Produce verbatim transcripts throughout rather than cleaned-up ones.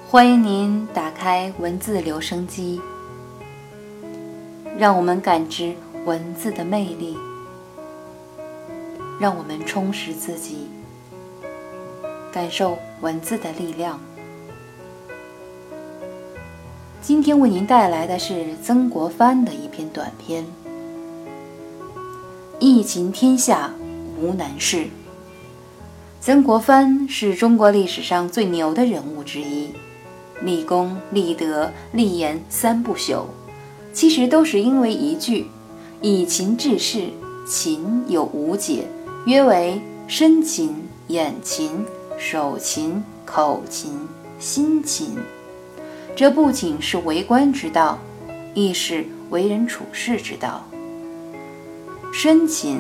欢迎您打开文字留声机，让我们感知文字的魅力，让我们充实自己，感受文字的力量。今天为您带来的是曾国藩的一篇短篇，疫情天下无难事。曾国藩是中国历史上最牛的人物之一，立功、立德、立言三不朽，其实都是因为一句以勤治事，勤有五解，约为身勤、眼勤、手勤、口勤、心勤。这不仅是为官之道，亦是为人处事之道。身勤，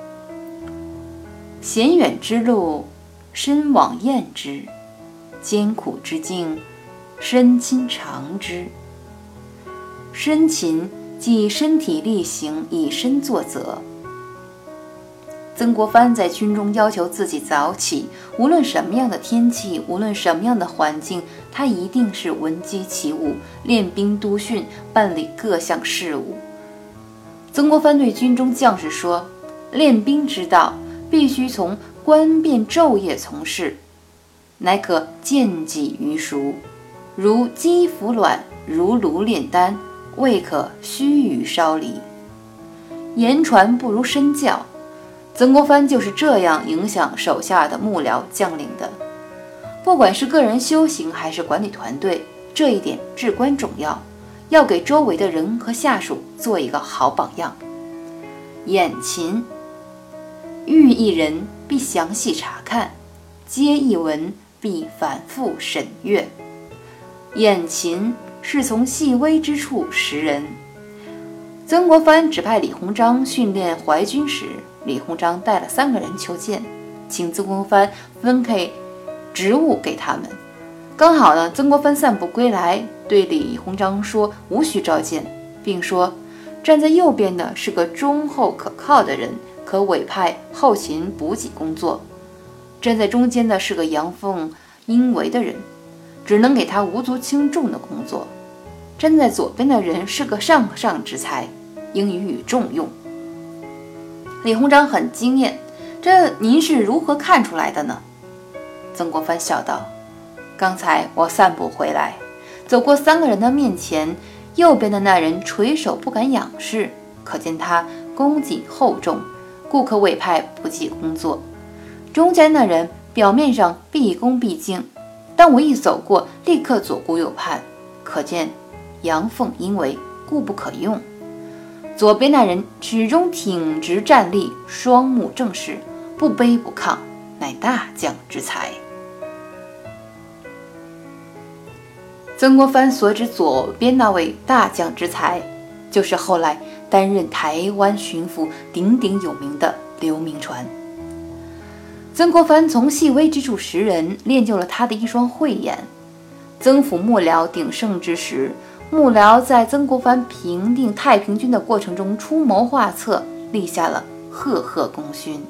险远之路，身往雁之；艰苦之境，身亲尝之。身勤即身体力行，以身作则。曾国藩在军中要求自己早起，无论什么样的天气，无论什么样的环境，他一定是闻鸡起舞，练兵督训，办理各项事务。曾国藩对军中将士说，练兵之道必须从观变昼夜从事，乃可见己于熟，如鸡孵卵，如炉炼丹，未可须臾稍离。言传不如身教，曾国藩就是这样影响手下的幕僚将领的。不管是个人修行还是管理团队，这一点至关重要，要给周围的人和下属做一个好榜样。眼勤，遇一人必详细查看，接一文必反复审阅。眼勤是从细微之处识人。曾国藩指派李鸿章训练淮军时，李鸿章带了三个人求见，请曾国藩分配职务给他们。刚好呢，曾国藩散步归来，对李鸿章说无需召见，并说站在右边的是个忠厚可靠的人，可委派后勤补给工作；站在中间的是个阳奉阴违的人，只能给他无足轻重的工作；站在左边的人是个上上之才，应予以重用。李鸿章很惊艳，这您是如何看出来的呢？曾国藩笑道，刚才我散步回来，走过三个人的面前，右边的那人垂手不敢仰视，可见他功绩厚重，故可委派补给工作。中间那人表面上毕恭毕敬，但我一走过，立刻左顾右盼，可见阳奉阴违，故不可用。左边那人始终挺直站立，双目正视，不卑不亢，乃大将之才。曾国藩所指左边那位大将之才，就是后来担任台湾巡抚鼎鼎有名的刘铭传。曾国藩从细微之处识人，练就了他的一双慧眼。曾府幕僚鼎盛之时，幕僚在曾国藩平定太平军的过程中出谋划策，立下了赫赫功勋。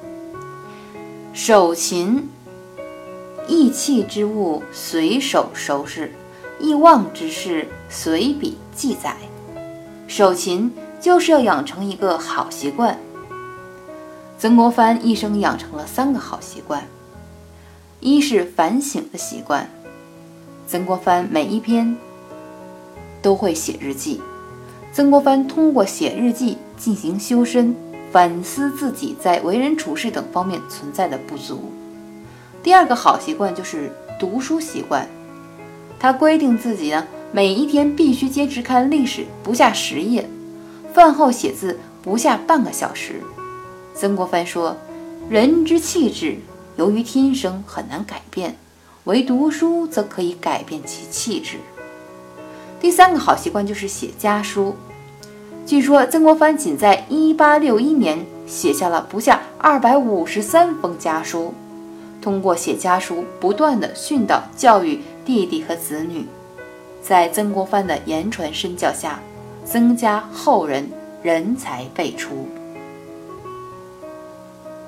手勤，意气之物随手收拾，意忘之事随笔记载。手勤就是要养成一个好习惯。曾国藩一生养成了三个好习惯。一是反省的习惯，曾国藩每一篇都会写日记。曾国藩通过写日记进行修身，反思自己在为人处事等方面存在的不足。第二个好习惯就是读书习惯，他规定自己呢，每一天必须坚持看历史不下十页，饭后写字不下半个小时。曾国藩说，人之气质由于天生很难改变，唯读书则可以改变其气质。第三个好习惯就是写家书。据说曾国藩仅在一八六一年写下了不下二百五十三封家书，通过写家书不断地训导教育弟弟和子女。在曾国藩的言传身教下，曾家后人人才辈出。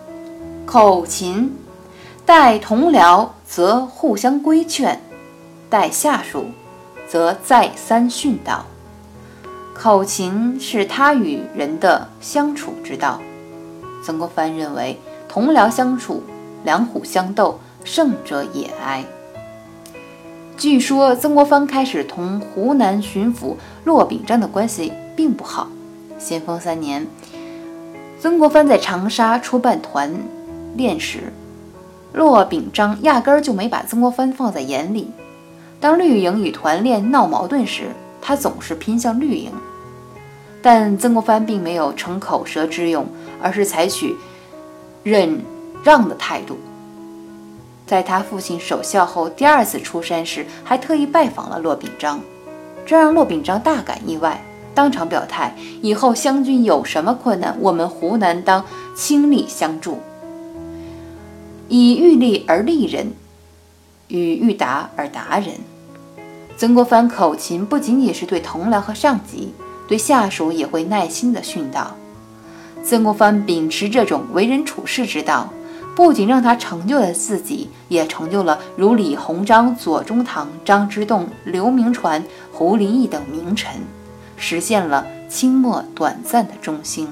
口勤，待同僚则互相规劝， 待下属，则再三训导。口勤是他与人的相处之道。曾国藩认为，同僚相处，两虎相斗，胜者也哀。据说曾国藩开始同湖南巡抚骆秉章的关系并不好。咸丰三年，曾国藩在长沙出办团练时，骆秉章压根儿就没把曾国藩放在眼里。当绿营与团练闹矛盾时，他总是偏向绿营。但曾国藩并没有逞口舌之勇，而是采取忍让的态度。在他父亲守孝后第二次出山时，还特意拜访了骆秉章，这让骆秉章大感意外，当场表态，以后湘军有什么困难，我们湖南当倾力相助。以欲立而立人，与欲达而达人。曾国藩口勤不仅仅是对同僚和上级，对下属也会耐心地训导。曾国藩秉持这种为人处事之道，不仅让他成就了自己，也成就了如李鸿章、左宗棠、张之洞、刘铭传、胡林翼等名臣，实现了清末短暂的中兴。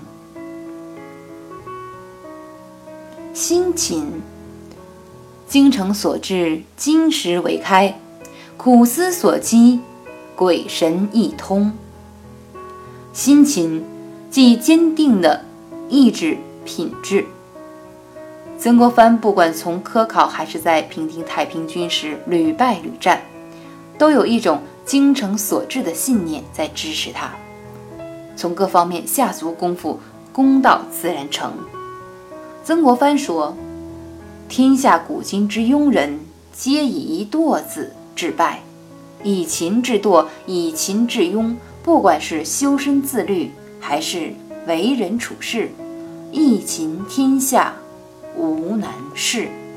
辛勤，精诚所至，金石为开；苦思所积，鬼神亦通。辛勤即坚定的意志品质。曾国藩不管从科考还是在平定太平军时屡败屡战，都有一种精诚所至的信念在支持他，从各方面下足功夫，功到自然成。曾国藩说，天下古今之庸人，皆以一惰字致败，以勤制惰，以勤制庸，不管是修身自律还是为人处事，一勤天下无难事。